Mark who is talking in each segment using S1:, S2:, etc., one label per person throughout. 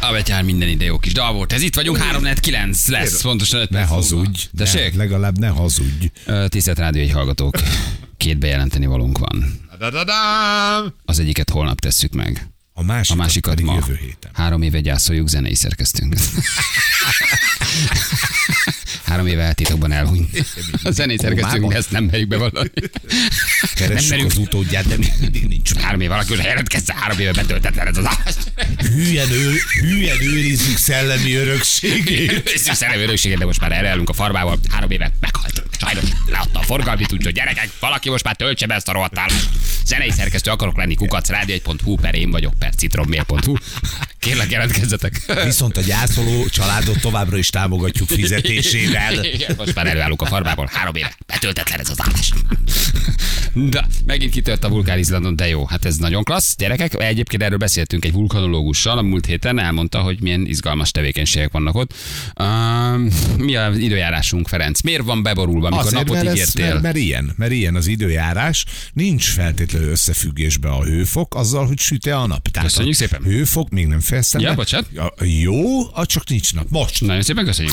S1: A betyár minden ide jó kis dal volt. Ez itt vagyunk, 3-9 lesz. Pontosan 5
S2: Ne hazudj. Legalább ne hazudj.
S1: Tisztelt Rádió egy hallgatók. 2 bejelenteni valónk van. Az egyiket holnap tesszük meg.
S2: A másikat ma. Jövő héten.
S1: 3 éve gyászoljuk, zenei szerkesztünk. 3 éve eltitokban elhunyt. A zenei szerkesztünk, ezt nem merjük bevallani.
S2: Keressük az utódját, de mindig nincs.
S1: 3 éve valaki, hogy jelentkezze, 3 éve betöltetlen ez az állás.
S2: Hülyen őrizzük szellemi örökségét.
S1: Őrizzük szellemi örökségét, de most már elelünk a farmával. 3 éve meghalt. Sajnos leadta a forgalmit, úgyhogy gyerekek, valaki most már töltse be ezt a rohadt állást. Zenei szerkesztő akarok lenni, kukacradio1.hu, per én vagyok, per citrommail.hu. Kérlek, jelentkezzetek.
S2: Viszont a gyászoló családot továbbra is támogatjuk fizetésével.
S1: Igen, most már előállunk a farmából, 3 éve. Betöltetlen ez az állás. De megint kitört a vulkán Izlandon, de jó, hát ez nagyon klassz. Gyerekek, egyébként erről beszéltünk egy vulkanológussal a múlt héten, elmondta, hogy milyen izgalmas tevékenységek vannak ott. Mi az időjárásunk, Ferenc? Miért van beborulva, amikor
S2: azért,
S1: napot ígértél?
S2: Mert ilyen az időjárás, nincs feltétlenül összefüggésbe a hőfok azzal, hogy süt-e a nap. Tehát
S1: köszönjük szépen.
S2: Hőfok még nem fejeztem be.
S1: Bocsánat.
S2: Jó, csak nincs nap. Most.
S1: Nagyon szépen köszönjük.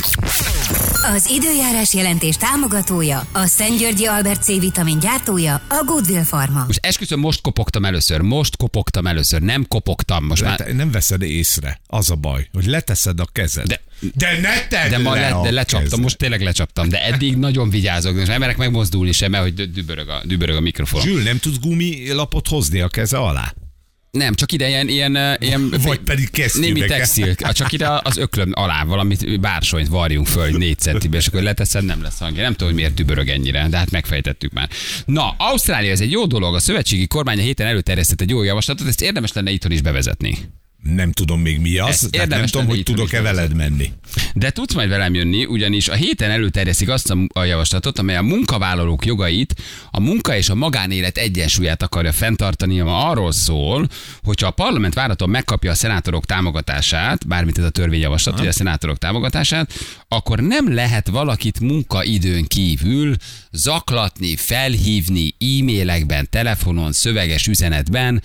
S3: Az időjárás jelentés támogatója, a Szent-Györgyi Albert C-vitamin gyártója, a Goodwill Pharma.
S1: Most esküszöm, most kopogtam először, nem kopogtam. Most már...
S2: Nem veszed észre, az a baj, hogy leteszed a kezed. De ne tedd
S1: de ma lecsaptam,
S2: kezed.
S1: most tényleg lecsaptam, de eddig nagyon vigyázok, és nem merek megmozdulni sem, mert hogy dübörög a mikrofon.
S2: Zsül, nem tudsz gumilapot hozni a keze alá?
S1: Nem, csak ide ilyen
S2: vagy pedig
S1: némi textil, csak ide az öklöm alá valamit, bársonyt varjunk föl 4 centibe, és akkor leteszed, nem lesz hangja. Nem tudom, hogy miért dübörög ennyire, de hát megfejtettük már. Na, Ausztrália, ez egy jó dolog, a szövetségi kormány a héten előterjesztett egy jó javaslatot, ezt érdemes lenne itthon is bevezetni.
S2: Nem tudom még mi az, de nem tudom, hogy tudok-e veled menni.
S1: De tudsz majd velem jönni, ugyanis a héten előterjesztik azt a javaslatot, amely a munkavállalók jogait, a munka és a magánélet egyensúlyát akarja fenntartani, ami arról szól, hogyha a parlament várhatóan megkapja a szenátorok támogatását, bármint ez a törvényjavaslat, hogy a szenátorok támogatását, akkor nem lehet valakit munkaidőn kívül zaklatni, felhívni e-mailekben, telefonon, szöveges üzenetben,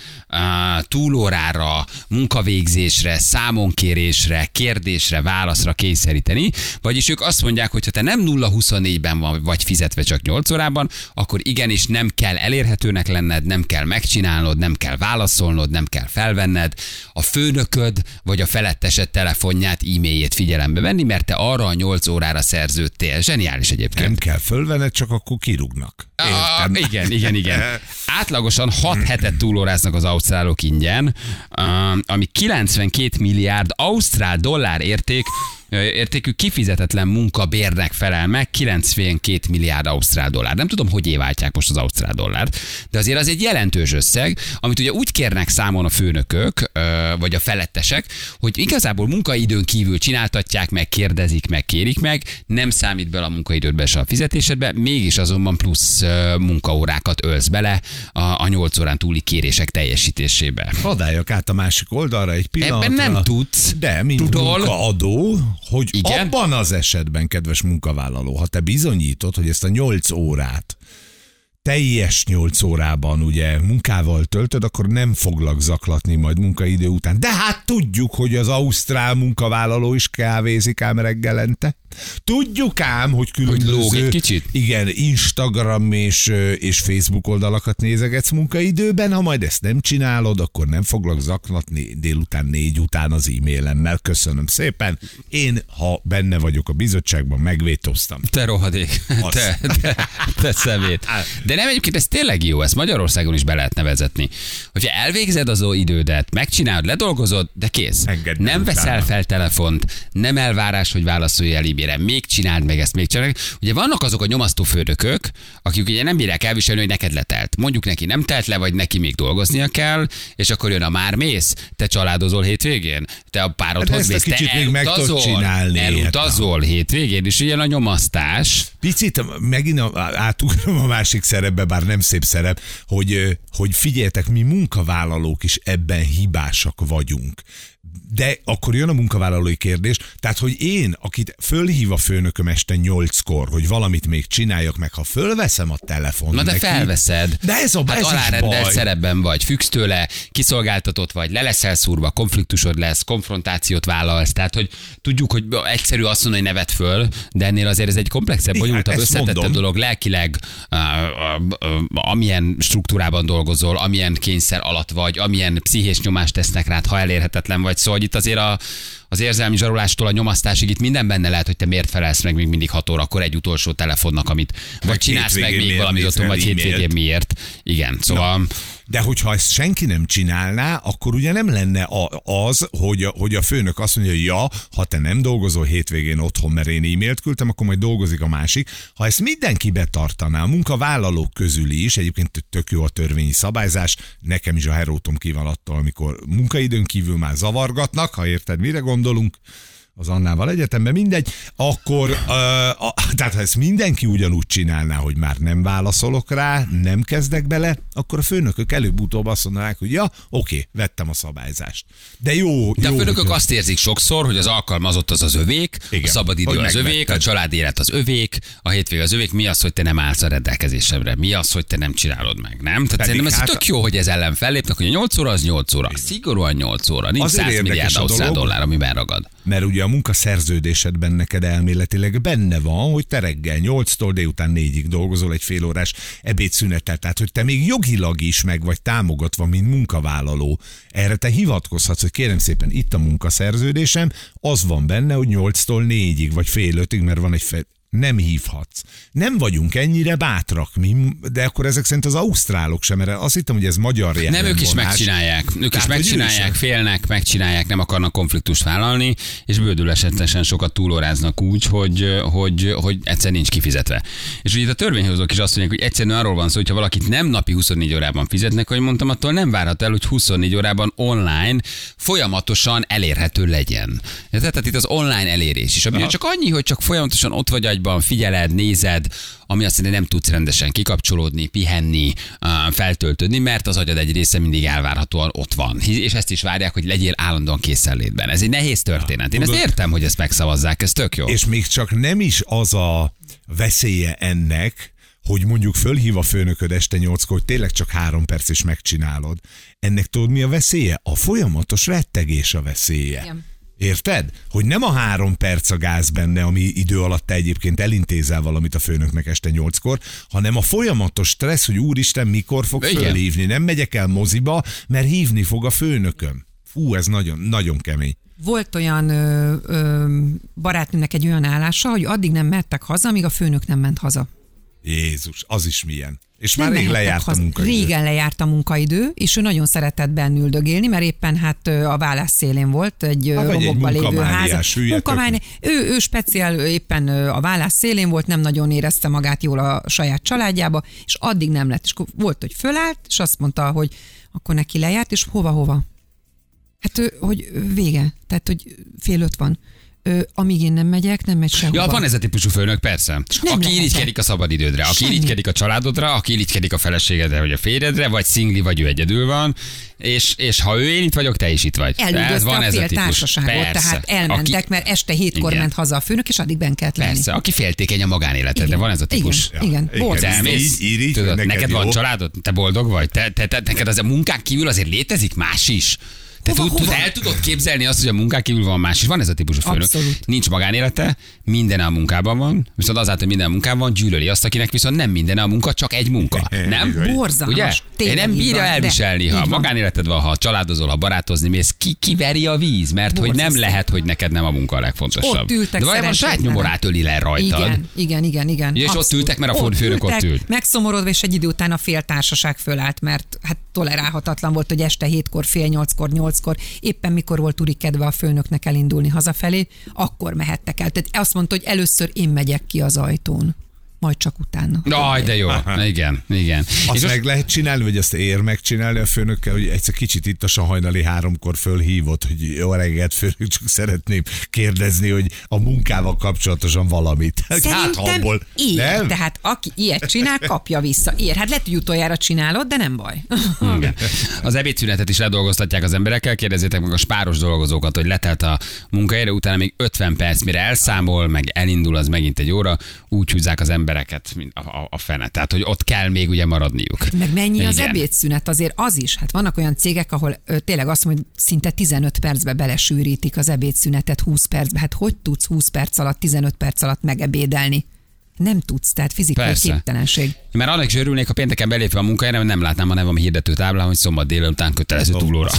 S1: túlórára, munkavégzésre, számonkérésre, kérdésre, válaszra kényszeríteni, vagyis ők azt mondják, hogy ha te nem 0-24-ben vagy fizetve csak 8 órában, akkor igenis nem kell elérhetőnek lenned, nem kell megcsinálnod, nem kell válaszolnod, nem kell felvenned, a főnököd vagy a felettesed telefonját, e-mailjét figyelembe venni, mert te arra a 8 órára szerződtél. Zseniális egyébként.
S2: Nem kell fölvenned, csak akkor kirúgnak.
S1: Igen. Átlagosan 6 hetet túlóráznak az ausztrálok ingyen, ami 92 milliárd ausztrál dollár értékű kifizetetlen munkabérnek felel meg, 92 milliárd ausztrál dollár. Nem tudom, hogy éváltják most az ausztrál dollárt, de azért az egy jelentős összeg, amit ugye úgy kérnek számon a főnökök, vagy a felettesek, hogy igazából munkaidőn kívül csináltatják meg, kérdezik meg, kérik meg, nem számít bele a munkaidődbe se a fizetésedbe, mégis azonban plusz munkaórákat ölsz bele a 8 órán túli kérések teljesítésébe.
S2: Hadáljak át a másik oldalra egy pillanatra.
S1: Ebben nem tudsz.
S2: De, mint munkaadó, hogy
S1: igen?
S2: Abban az esetben, kedves munkavállaló, ha te bizonyítod, hogy ezt a 8 órát teljes 8 órában ugye munkával töltöd, akkor nem foglak zaklatni majd munkaidő után. De hát tudjuk, hogy az ausztrál munkavállaló is kávézik ám reggelente. Tudjuk ám, hogy különböző
S1: lóg egy kicsit.
S2: Igen, Instagram és Facebook oldalakat nézegetsz munkaidőben, ha majd ezt nem csinálod, akkor nem foglak zaklatni délután 4 után az e-mailemmel. Köszönöm szépen. Én, ha benne vagyok a bizottságban, megvétóztam.
S1: Te rohadék. Te szemét. De nem, egyébként ez tényleg jó, ezt Magyarországon is be lehetne vezetni. Hogyha elvégzed az idődet, megcsinálod, ledolgozod, de kész.
S2: Engedd
S1: nem
S2: utána.
S1: veszel fel telefont, nem elvárás, hogy válaszolj el e-mailre, még csináld meg ezt, még csináld meg. Ugye vannak azok a nyomasztó főnökök, akik ugye nem bírják elviselni, hogy neked letelt. Mondjuk neki nem telt le, vagy neki még dolgoznia kell, és akkor jön a már mész, te családozol hétvégén, te a párodhoz mész, te elutazol hétvégén, és ilyen a nyomasztás.
S2: Picit megint átugrom a másik szerepbe, bár nem szép szerep, hogy figyeljetek, mi munkavállalók is ebben hibásak vagyunk. De akkor jön a munkavállalói kérdés, tehát, hogy én, akit fölhív a főnököm este 8-kor, hogy valamit még csináljak meg, ha fölveszem a telefont
S1: Na de
S2: neki,
S1: felveszed.
S2: De ez a
S1: Hát
S2: ez is
S1: alárendelt
S2: baj.
S1: szerepben vagy, függsz tőle, kiszolgáltatott vagy, le leszel szúrva, konfliktusod lesz, konfrontációt vállalsz. Tehát, hogy tudjuk, hogy egyszerű azt mondani, hogy nevet föl, de ennél azért ez egy komplexebb,
S2: Igen,
S1: bonyolultabb,
S2: ezt
S1: összetettebb
S2: mondom.
S1: dolog, lelkileg, amilyen struktúrában dolgozol, amilyen kényszer alatt vagy, amilyen pszichés nyomást tesznek rád, ha elérhetetlen vagy. Szóval itt azért az érzelmi zsarolástól a nyomasztásig itt minden benne lehet, hogy te miért felelsz meg még mindig 6 órakor egy utolsó telefonnak, amit vagy csinálsz meg
S2: hétvégén
S1: még valamit
S2: miért
S1: otthon, vagy
S2: nézel
S1: hétvégén
S2: e-mailt?
S1: miért. Igen, szóval...
S2: De hogyha ezt senki nem csinálná, akkor ugye nem lenne az, hogy a főnök azt mondja, hogy ja, ha te nem dolgozol hétvégén otthon, mert én e-mailt küldtem, akkor majd dolgozik a másik. Ha ezt mindenki betartaná, a munkavállalók közül is, egyébként tök jó a törvényi szabályzás, nekem is a herótom ki van attól, amikor munkaidőn kívül már zavargatnak, ha érted, mire gondolunk, az Annával egyetemben, mindegy, akkor, tehát ha ezt mindenki ugyanúgy csinálná, hogy már nem válaszolok rá, nem kezdek bele, akkor a főnökök előbb-utóbb azt mondanák, hogy ja, oké, vettem a szabályzást. De jó.
S1: De a
S2: jó,
S1: főnökök
S2: hogy...
S1: azt érzik sokszor, hogy az alkalmazott az övék,
S2: Igen,
S1: a szabadidő
S2: hogy
S1: az övék,
S2: megvetted.
S1: a családélet az övék, a hétvége az övék, mi az, hogy te nem állsz a rendelkezésemre, mi az, hogy te nem csinálod meg, nem? Tehát szerintem ez tök jó, hogy ez ellen fellépnek, hogy a 8 óra az 8 óra, szigorúan 8 óra, nincs
S2: Azért
S1: 100 milliárd
S2: érdekes a
S1: ausztrál
S2: dolog.
S1: dollár, amiben ragad.
S2: Mert ugye a munkaszerződésedben neked elméletileg benne van, hogy te reggel 8-tól délután 4-ig dolgozol egy fél órás ebédszünettel, tehát hogy te még jogilag is meg vagy támogatva, mint munkavállaló. Erre te hivatkozhatsz, hogy kérem szépen, itt a munkaszerződésem, az van benne, hogy 8-tól 4-ig vagy fél 5-ig, mert van egy nem hívhatsz. Nem vagyunk ennyire bátrak mi, de akkor ezek szerint az ausztrálok sem, mert azt hittem, hogy ez magyar
S1: Nem, ők is megcsinálják. Ők is megcsinálják, félnek, megcsinálják, nem akarnak konfliktust vállalni, és bődül esetesen sokat túlóráznak úgy, hogy egyszer nincs kifizetve. És ugye itt a törvényhozók is azt mondják, hogy egyszerűen arról van szó, hogy ha valakit nem napi 24 órában fizetnek, hogy mondtam, attól nem várhat el, hogy 24 órában online folyamatosan elérhető legyen. Tehát itt az online elérés is. Ami csak annyi, hogy csak folyamatosan ott vagy agyban, figyeled, nézed, ami azt jelenti, nem tudsz rendesen kikapcsolódni, pihenni, feltöltődni, mert az agyad egy része mindig elvárhatóan ott van. És ezt is várják, hogy legyél állandóan készenlétben. Ez egy nehéz történet. Én ezt értem, hogy ezt megszavazzák, ez tök jó.
S2: És még csak nem is az a veszélye ennek, hogy mondjuk fölhív a főnököd este 8-kor, hogy tényleg csak 3 perc is megcsinálod. Ennek tudod mi a veszélye? A folyamatos rettegés a veszélye.
S4: Igen.
S2: Érted? Hogy nem a 3 perc a gáz benne, ami idő alatt te egyébként elintézel valamit a főnöknek este 8-kor, hanem a folyamatos stressz, hogy úristen, mikor fog
S1: Igen.
S2: fölhívni. Nem megyek el moziba, mert hívni fog a főnököm. Fú, ez nagyon, nagyon kemény.
S4: Volt olyan barátnőmnek egy olyan állása, hogy addig nem mehettek haza, amíg a főnök nem ment haza.
S2: Jézus, az is milyen. És
S4: Nem
S2: már rég
S4: mehettek
S2: lejárt a
S4: haza.
S2: munkaidő.
S4: Régen lejárt a munkaidő, és ő nagyon szeretett benne üldögélni, mert éppen hát a vállás szélén volt egy
S2: vagy egy
S4: romokba lévő
S2: munkamániás
S4: ház.
S2: hülye,
S4: Ő speciál éppen a vállás szélén volt, nem nagyon érezte magát jól a saját családjába, és addig nem lett. És akkor volt, hogy fölállt, és azt mondta, hogy akkor neki lejárt, és hova? Hát, hogy vége. Tehát, hogy 4:30 van. Amíg én nem megyek, nem megy sehova.
S1: Ja, van ez a típusú főnök, persze.
S4: nem
S1: Aki
S4: lehet.
S1: irigykedik a szabadidődre, aki
S4: Semmi.
S1: irigykedik a családodra, aki irigykedik a feleségedre, vagy a férjedre, vagy szingli, vagy ő egyedül van, és ha ő én itt vagyok, te is itt vagy.
S4: Elüldözte
S1: van
S4: a
S1: ez a
S4: fél
S1: típus.
S4: társaságot,
S1: Persze.
S4: tehát elmentek, mert este 7-kor
S1: Igen.
S4: ment haza a főnök, és addig bent kellett lenni.
S1: Persze, aki féltékeny a magánéletedre, van ez a típus.
S4: Igen.
S2: Igen.
S4: Borzasztó.
S1: Elmész,
S2: Irigy,
S1: tudod, neked
S2: jó.
S1: van családod, te boldog vagy, te neked az a munkán kívül azért létezik más is. Te
S4: Hova?
S1: el tudod képzelni azt, hogy a munkán kívül van más is. Van ez a típusú főnök.
S4: Abszolút.
S1: Nincs magánélete, minden a munkában van, viszont azáltal, hogy minden a munkában van, gyűlöli azt, akinek viszont nem minden a munka, csak egy munka. Nem?
S4: Borzalmas.
S1: Ugye? Én
S4: Tényleg
S1: nem
S4: így
S1: bírja
S4: van, de
S1: elviselni,
S4: így
S1: ha
S4: van.
S1: magánéleted van, ha családozol, ha barátozni mész, kiveri a víz, mert hogy nem
S4: Borzasztó.
S1: lehet, hogy neked nem a munka a legfontosabb.
S4: Ott ültek
S1: de valójában a saját
S4: szerencsétlenek.
S1: nyomorát öli le rajtad.
S4: Igen.
S1: Ja, és ott
S4: Abszolút.
S1: ültek, mert a főnök ott ült.
S4: Megszomorodva, és egy idő után a fél társaság fölállt, mert hát tolerálhatatlan volt, hogy este 7-kor, fél 8-kor, 8-kor, éppen mikor volt úri kedve a főnöknek elindulni hazafelé, akkor mehettek el. Tehát azt mondta, hogy először én megyek ki az ajtón. majd csak utána.
S1: Aj, de jó. Igen.
S2: Azt meg lehet csinálni, vagy azt ér megcsinálni a főnökkel, hogy egyszer kicsit itt a hajnali 3-kor fölhívott, hogy jó reggelt főnök, csak szeretném kérdezni, hogy a munkával kapcsolatosan valamit.
S4: Szerintem ér, tehát aki ilyet csinál, kapja vissza. Ér, hát lehet, hogy utoljára csinálod, de nem baj.
S1: Igen. Az ebédszünetet is ledolgoztatják az emberekkel, kérdezzétek meg a spáros dolgozókat, hogy letelt a munkahelyre, utána még 50 perc, mire elszámol, meg elindul, az megint egy óra, úgy húzzák az embereket, mint a fene. Tehát, hogy ott kell még ugye maradniuk.
S4: Meg mennyi
S1: igen.
S4: Az ebédszünet, azért az is. Hát vannak olyan cégek, ahol tényleg azt mondja, hogy szinte 15 percbe belesűrítik az ebédszünetet 20 percbe. Hát hogy tudsz 20 perc alatt, 15 perc alatt megebédelni? Nem tudsz, tehát fizikai képtelenség.
S1: Mert annak is örülnék, ha pénteken belépve a munkahelyre, mert nem látnám a nevem a hirdető táblán, hogy szombat délután kötelező túlóra.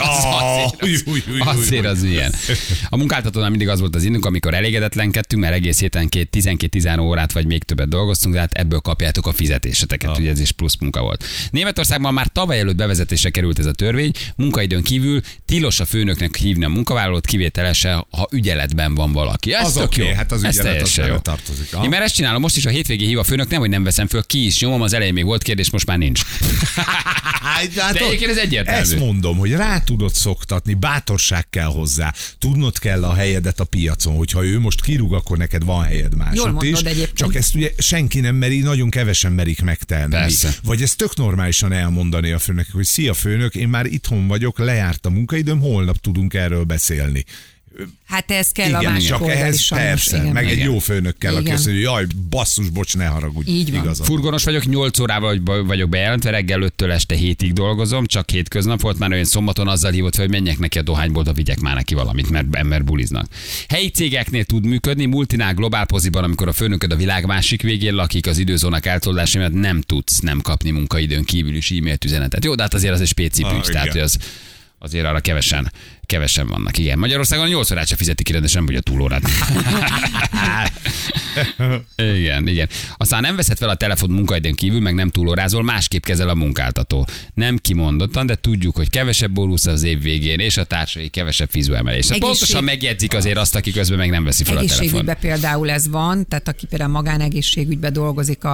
S1: Azért az ilyen. A munkáltatónál mindig az volt az indunk, amikor elégedetlenkedtünk, mert egész héten 12-13 órát vagy még többet dolgoztunk, de hát ebből kapjátok a fizetéseteket, ugye ez is plusz munka volt. Németországban már tavaly előtt bevezetésre került ez a törvény, munkaidőn kívül tilos a főnöknek hívni a munkavállalót, kivételesen, ha ügyeletben van valaki. Ez tök jó.
S2: Hát az ügyelet az
S1: jó.
S2: tartozik.
S1: Én már ezt csinálom, most is a hétvégén hív a főnök, nem, hogy nem veszem föl, ki is nyomom, az elején még volt kérdés, most már nincs. De egyébként ez egyértelmű.
S2: Ezt mondom, hogy rá tudod szoktatni, bátorság kell hozzá, tudnod kell a helyedet a piacon, hogyha ő most kirúg, akkor neked van helyed másod is.
S4: Egyébként.
S2: Csak ezt ugye senki nem meri, nagyon kevesen merik megtenni.
S1: Persze.
S2: Vagy ezt tök normálisan elmondani a főnök, hogy szia főnök, én már itthon vagyok, lejárt a munkaidőm, holnap tudunk erről beszélni.
S4: Hát ez kell
S2: igen,
S4: a másik
S2: csak
S4: oldal
S2: ehhez
S4: is sajnos.
S2: persze,
S4: Igen.
S2: meg egy
S1: Igen.
S2: jó főnök kell, aki
S4: Igen.
S2: azt mondja, jaj, basszus, bocs, ne haragudj.
S4: Így van.
S2: Igazad.
S1: Furgonos vagyok, 8 órával vagyok bejelentve, reggel 5-től este 7-ig dolgozom, csak hétköznap volt, már olyan szombaton azzal hívott fel, hogy menjek neki a dohányboltba, vigyek már neki valamit, mert ember buliznak. Helyi cégeknél tud működni, multinál, globál poziban, amikor a főnököd a világ másik végén lakik, az időzónak eltolódása miatt nem tudsz nem kapni munkaidőn kívül is e-mailt üzenetet. Jó, de hát azért az egy specifikus, tehát hogy az azért arra kevesen vannak. Igen, Magyarországon 8 órát se fizetik ki rendesen, vagy a túlórát. igen. Aztán nem veszed fel a telefon munkaidőn kívül, meg nem túlórázol, másképp kezel a munkáltató. Nem kimondottan, de tudjuk, hogy kevesebb bónusz az év végén, és a társai kevesebb fizuemelés. Pontosan megjegyzik azért azt, aki közben meg nem veszi fel a telefon.
S4: Egészségügyben például ez van, tehát aki például magánegészségügyben dolgozik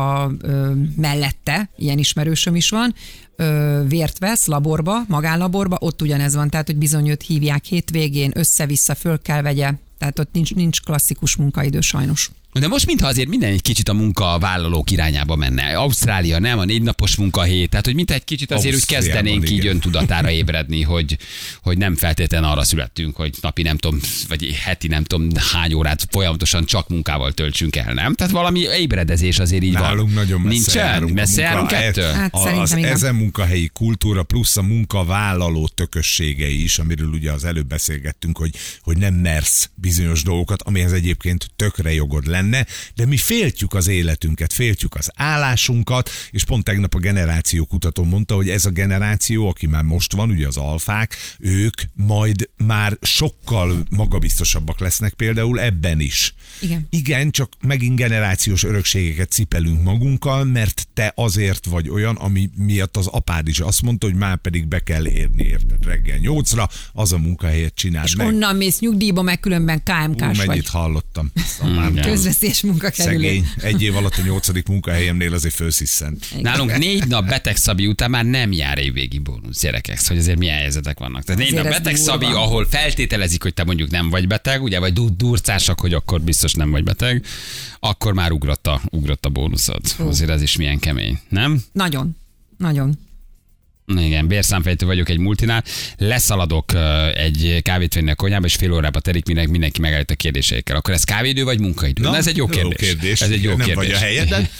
S4: mellette, ilyen ismerősöm is van, vért vesz laborba, magánlaborba, ott ugyanez van, tehát hogy bizony őt hívják hétvégén, össze-vissza föl kell vegye, tehát ott nincs klasszikus munkaidő sajnos.
S1: De most mintha azért minden egy kicsit a munkavállalók irányába menne. Ausztrália nem, a 4 napos munkahét, tehát hogy mintha egy kicsit azért úgy kezdenénk így öntudatára ébredni, hogy nem feltétlenül arra születtünk, hogy napi nem tudom, vagy heti nem tudom hány órát folyamatosan csak munkával töltsünk el, nem? Tehát valami ébredezés azért így
S2: nálunk
S1: van.
S2: nagyon
S1: Messze járunk ettől?
S4: Hát
S2: az
S4: igen.
S2: ezen munkahelyi kultúra plusz a munkavállaló tökösségei is, amiről ugye az előbb beszélgettünk, hogy nem mersz bizonyos dolgokat, amihez egyébként tökre jogod lenne, de mi féltjük az életünket, féltjük az állásunkat, és pont tegnap a generációkutató mondta, hogy ez a generáció, aki már most van, ugye az alfák, ők majd már sokkal magabiztosabbak lesznek például ebben is. Igen, csak megint generációs örökségeket cipelünk magunkkal, mert te azért vagy olyan, ami miatt az apád is azt mondta, hogy már pedig be kell érni, érted, reggel 8-ra, az a munkahelyet csináld
S4: és
S2: meg.
S4: És onnan mész nyugdíjba, meg különben KMK-s vagy.
S2: Mennyit hallottam.
S4: Közveszélyes munkakerülő.
S2: Szegény. 1 év alatt a 8. munkahelyemnél azért fölsziszent.
S1: Nálunk 4 nap beteg szabi után már nem jár évvégi bónusz, gyerekek, hogy azért milyen helyzetek vannak. Tehát 4 nap beteg szabi, ahol feltételezik, hogy te mondjuk nem vagy beteg, ugye, vagy durcásak, hogy akkor biztos nem vagy beteg, akkor már ugrott a bónuszod. Azért ez is milyen kemény, nem?
S4: Nagyon.
S1: Igen, bérszámfejtő vagyok egy multinál, leszaladok egy kávét venni a konyhába, és fél órába telik, mindenki megállít a kérdéseikkel. Akkor ez kávéidő vagy munkaidő? Na, ez egy jó kérdés. Ez egy jó
S2: nem
S1: kérdés.
S2: vagy a helyeden.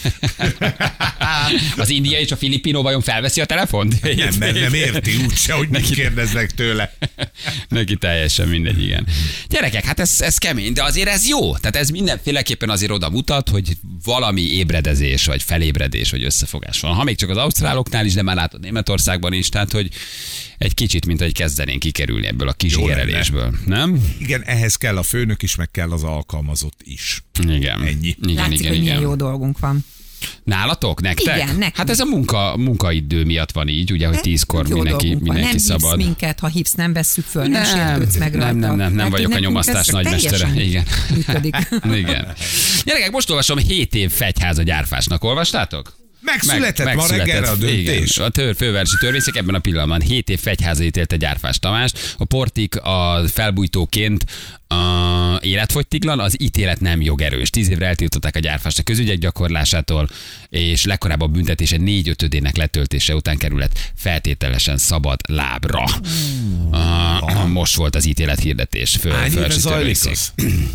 S1: Az indiai és a filipino vajon felveszi a telefont?
S2: Nem, mert nem érti úgyse, hogy mit kérdeznek tőle.
S1: Neki teljesen mindegy, igen. Gyerekek, hát ez kemény, de azért ez jó. Tehát ez mindenféleképpen azért oda mutat, hogy valami ébredezés, vagy felébredés, vagy összefogás van. Ha még csak az ausztráloknál is, de már látod Németországban is, tehát hogy egy kicsit, mint hogy kezdenénk kikerülni ebből a kizsigerelésből, nem?
S2: Igen, ehhez kell a főnök is, meg kell az alkalmazott is.
S1: Igen.
S2: Ennyi.
S4: Látszik, hogy milyen jó dolgunk van.
S1: Nálatok? Nektek?
S4: Igen, nekünk.
S1: Hát ez a munkaidő miatt van így, ugye, hogy 10-kor
S4: Jó
S1: mindenki
S4: dolgunk van. Nem
S1: szabad.
S4: hívsz minket, ha hívsz, nem vesszük föl, nem sértődsz meg rajta.
S1: Nem
S4: Mert
S1: vagyok a
S4: nekünk
S1: nyomasztás
S4: ez
S1: nagymestere.
S4: teljesen
S1: Igen.
S4: Működik.
S1: Igen. Gyerekek, most olvasom 7 év fegyháza gyárfásnak. Olvastátok?
S2: Megszületett ma reggelre a döntés.
S1: Igen, a fővárosi törvényszék ebben a pillanatban 7 év fegyháza ítélte Gyárfás Tamást. A Portik a felbújtóként életfogytiglan, az ítélet nem jogerős. 10 évre eltiltották a Gyárfást a közügyek gyakorlásától, és legkorábban büntetése 4/5 letöltése után kerület feltételesen szabad lábra. Most volt az ítélet hirdetés.
S2: Hány éve zajlik az?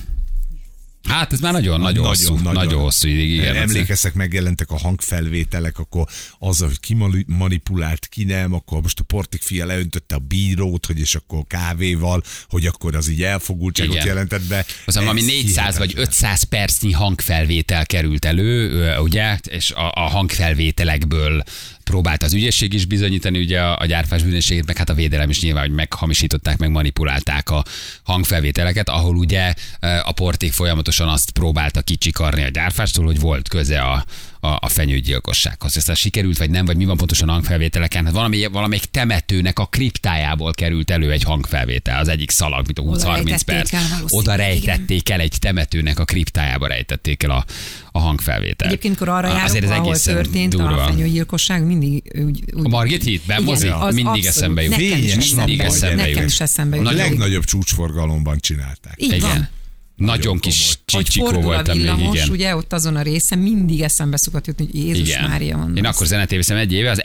S1: Hát ez már nagyon hosszú ideig, igen.
S2: Emlékeztek, megjelentek a hangfelvételek, akkor az, hogy ki manipulált, ki nem, akkor most a Portik fia leöntötte a bírót, hogy és akkor kávéval, hogy akkor az így elfogultságot jelentett be.
S1: Az ami 400 vagy 500 percnyi hangfelvétel került elő, ugye, és a hangfelvételekből próbált az ügyészség is bizonyítani ugye a Gyárfás bűnösségét, meg hát a védelem is nyilván, hogy meghamisították, meg manipulálták a hangfelvételeket, ahol ugye a Porték folyamatosan azt próbálta kicsikarni a Gyárfástól, hogy volt köze a fenyőgyilkossághoz. Aztán sikerült, vagy nem, vagy mi van pontosan a hangfelvételeken? Hát valamelyik temetőnek a kriptájából került elő egy hangfelvétel, az egyik szalag, mint a 20-30 perc. Oda rejtették el, egy temetőnek a kriptájába rejtették el a hangfelvételt.
S4: Egyébként, amikor arra járok, ahol történt durva. A fenyőgyilkosság, mindig úgy...
S1: A Margit híd? Bemozi? Mindig eszembe jut.
S4: Nekem is eszembe jut.
S2: A legnagyobb csúcsforgalomban csinálták.
S4: Így van.
S1: Nagyon kis csikó
S4: voltam
S1: még, igen.
S4: Ugye ott azon a részen mindig eszembe szokott jutni, hogy Jézus
S1: igen.
S4: Mária van.
S1: Én akkor zenetéveszem 1 éve, az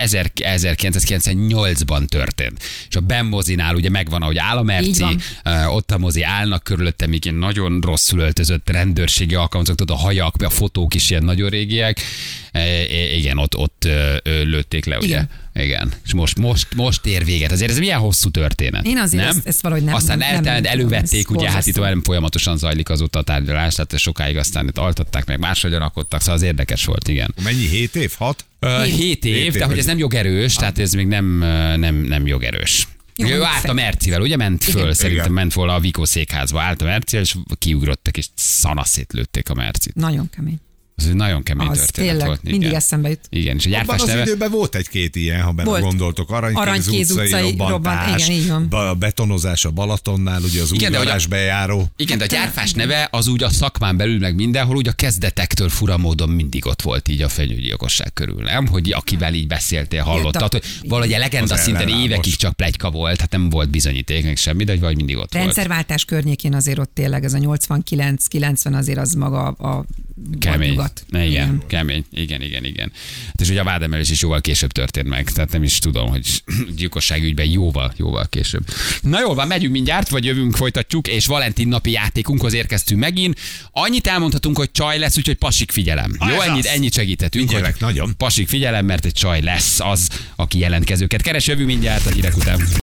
S1: 1998-ban történt. És a Ben Mozinál ugye megvan, ahogy áll a merci, ott a mozi állnak körülötte, még ilyen nagyon rosszul öltözött rendőrségi alkalmazottak, a hajak, a fotók is ilyen nagyon régiek. Igen, ott lőtték le, ugye?
S4: Igen.
S1: Igen. És most ér véget. Azért ez milyen hosszú történet.
S4: Én azért ezt valahogy nem.
S1: Aztán elővették, ugye, hát itt
S4: olyan
S1: folyamatosan zajlik azóta a tárgyalás, tehát sokáig aztán itt altatták, meg máshogyan rakodtak, szóval az érdekes volt, igen.
S2: Mennyi, 7 év? 6?
S1: 7 év, de hogy ez nem jogerős, tehát ez még nem jogerős. Ő állt a Mercivel, ugye ment föl, igen. Szerintem ment volna a Vikó székházba, állt a Mercivel, és kiugrottak, és szanaszét lőtték a Mercit.
S4: Nagyon kemény.
S1: Az egy nagyon kemény történet
S4: tényleg,
S1: volt. Igen.
S4: Mindig eszembe jut.
S1: Igen, és a Gyárfás
S2: neve... az időben volt egy-két ilyen, ha benne gondoltok. Aranykéz utcai robbantás,
S4: igen,
S2: a betonozás a Balatonnál, ugye az udvarás bejáró.
S1: Igen, de a Gyárfás neve az úgy a szakmán belül meg mindenhol, úgy a kezdetektől fura módon mindig ott volt így a fenyőgyilkosság körül, nem? Hogy akivel így beszéltél, hallottad, hogy valahogy a legenda szinten évekig csak pletyka volt, hát nem volt bizonyíték, meg semmi, de vagy mindig ott volt.
S4: Rendszerváltás környékén azért ott tényleg ez a 89-90 azért az maga a
S1: kemény. Igen, kemény. Igen. Hát és ugye a vádemelés is jóval később történt meg, tehát nem is tudom, hogy gyilkosságügyben jóval később. Na jól van, megyünk mindjárt, vagy jövünk, folytatjuk, és Valentin napi játékunkhoz érkeztünk megint. Annyit elmondhatunk, hogy csaj lesz, úgyhogy pasik figyelem. Jó, ennyit segíthetünk, hogy
S2: nagyon.
S1: Pasik figyelem, mert egy csaj lesz az, aki jelentkezőket keres. Jövünk mindjárt a hírek után.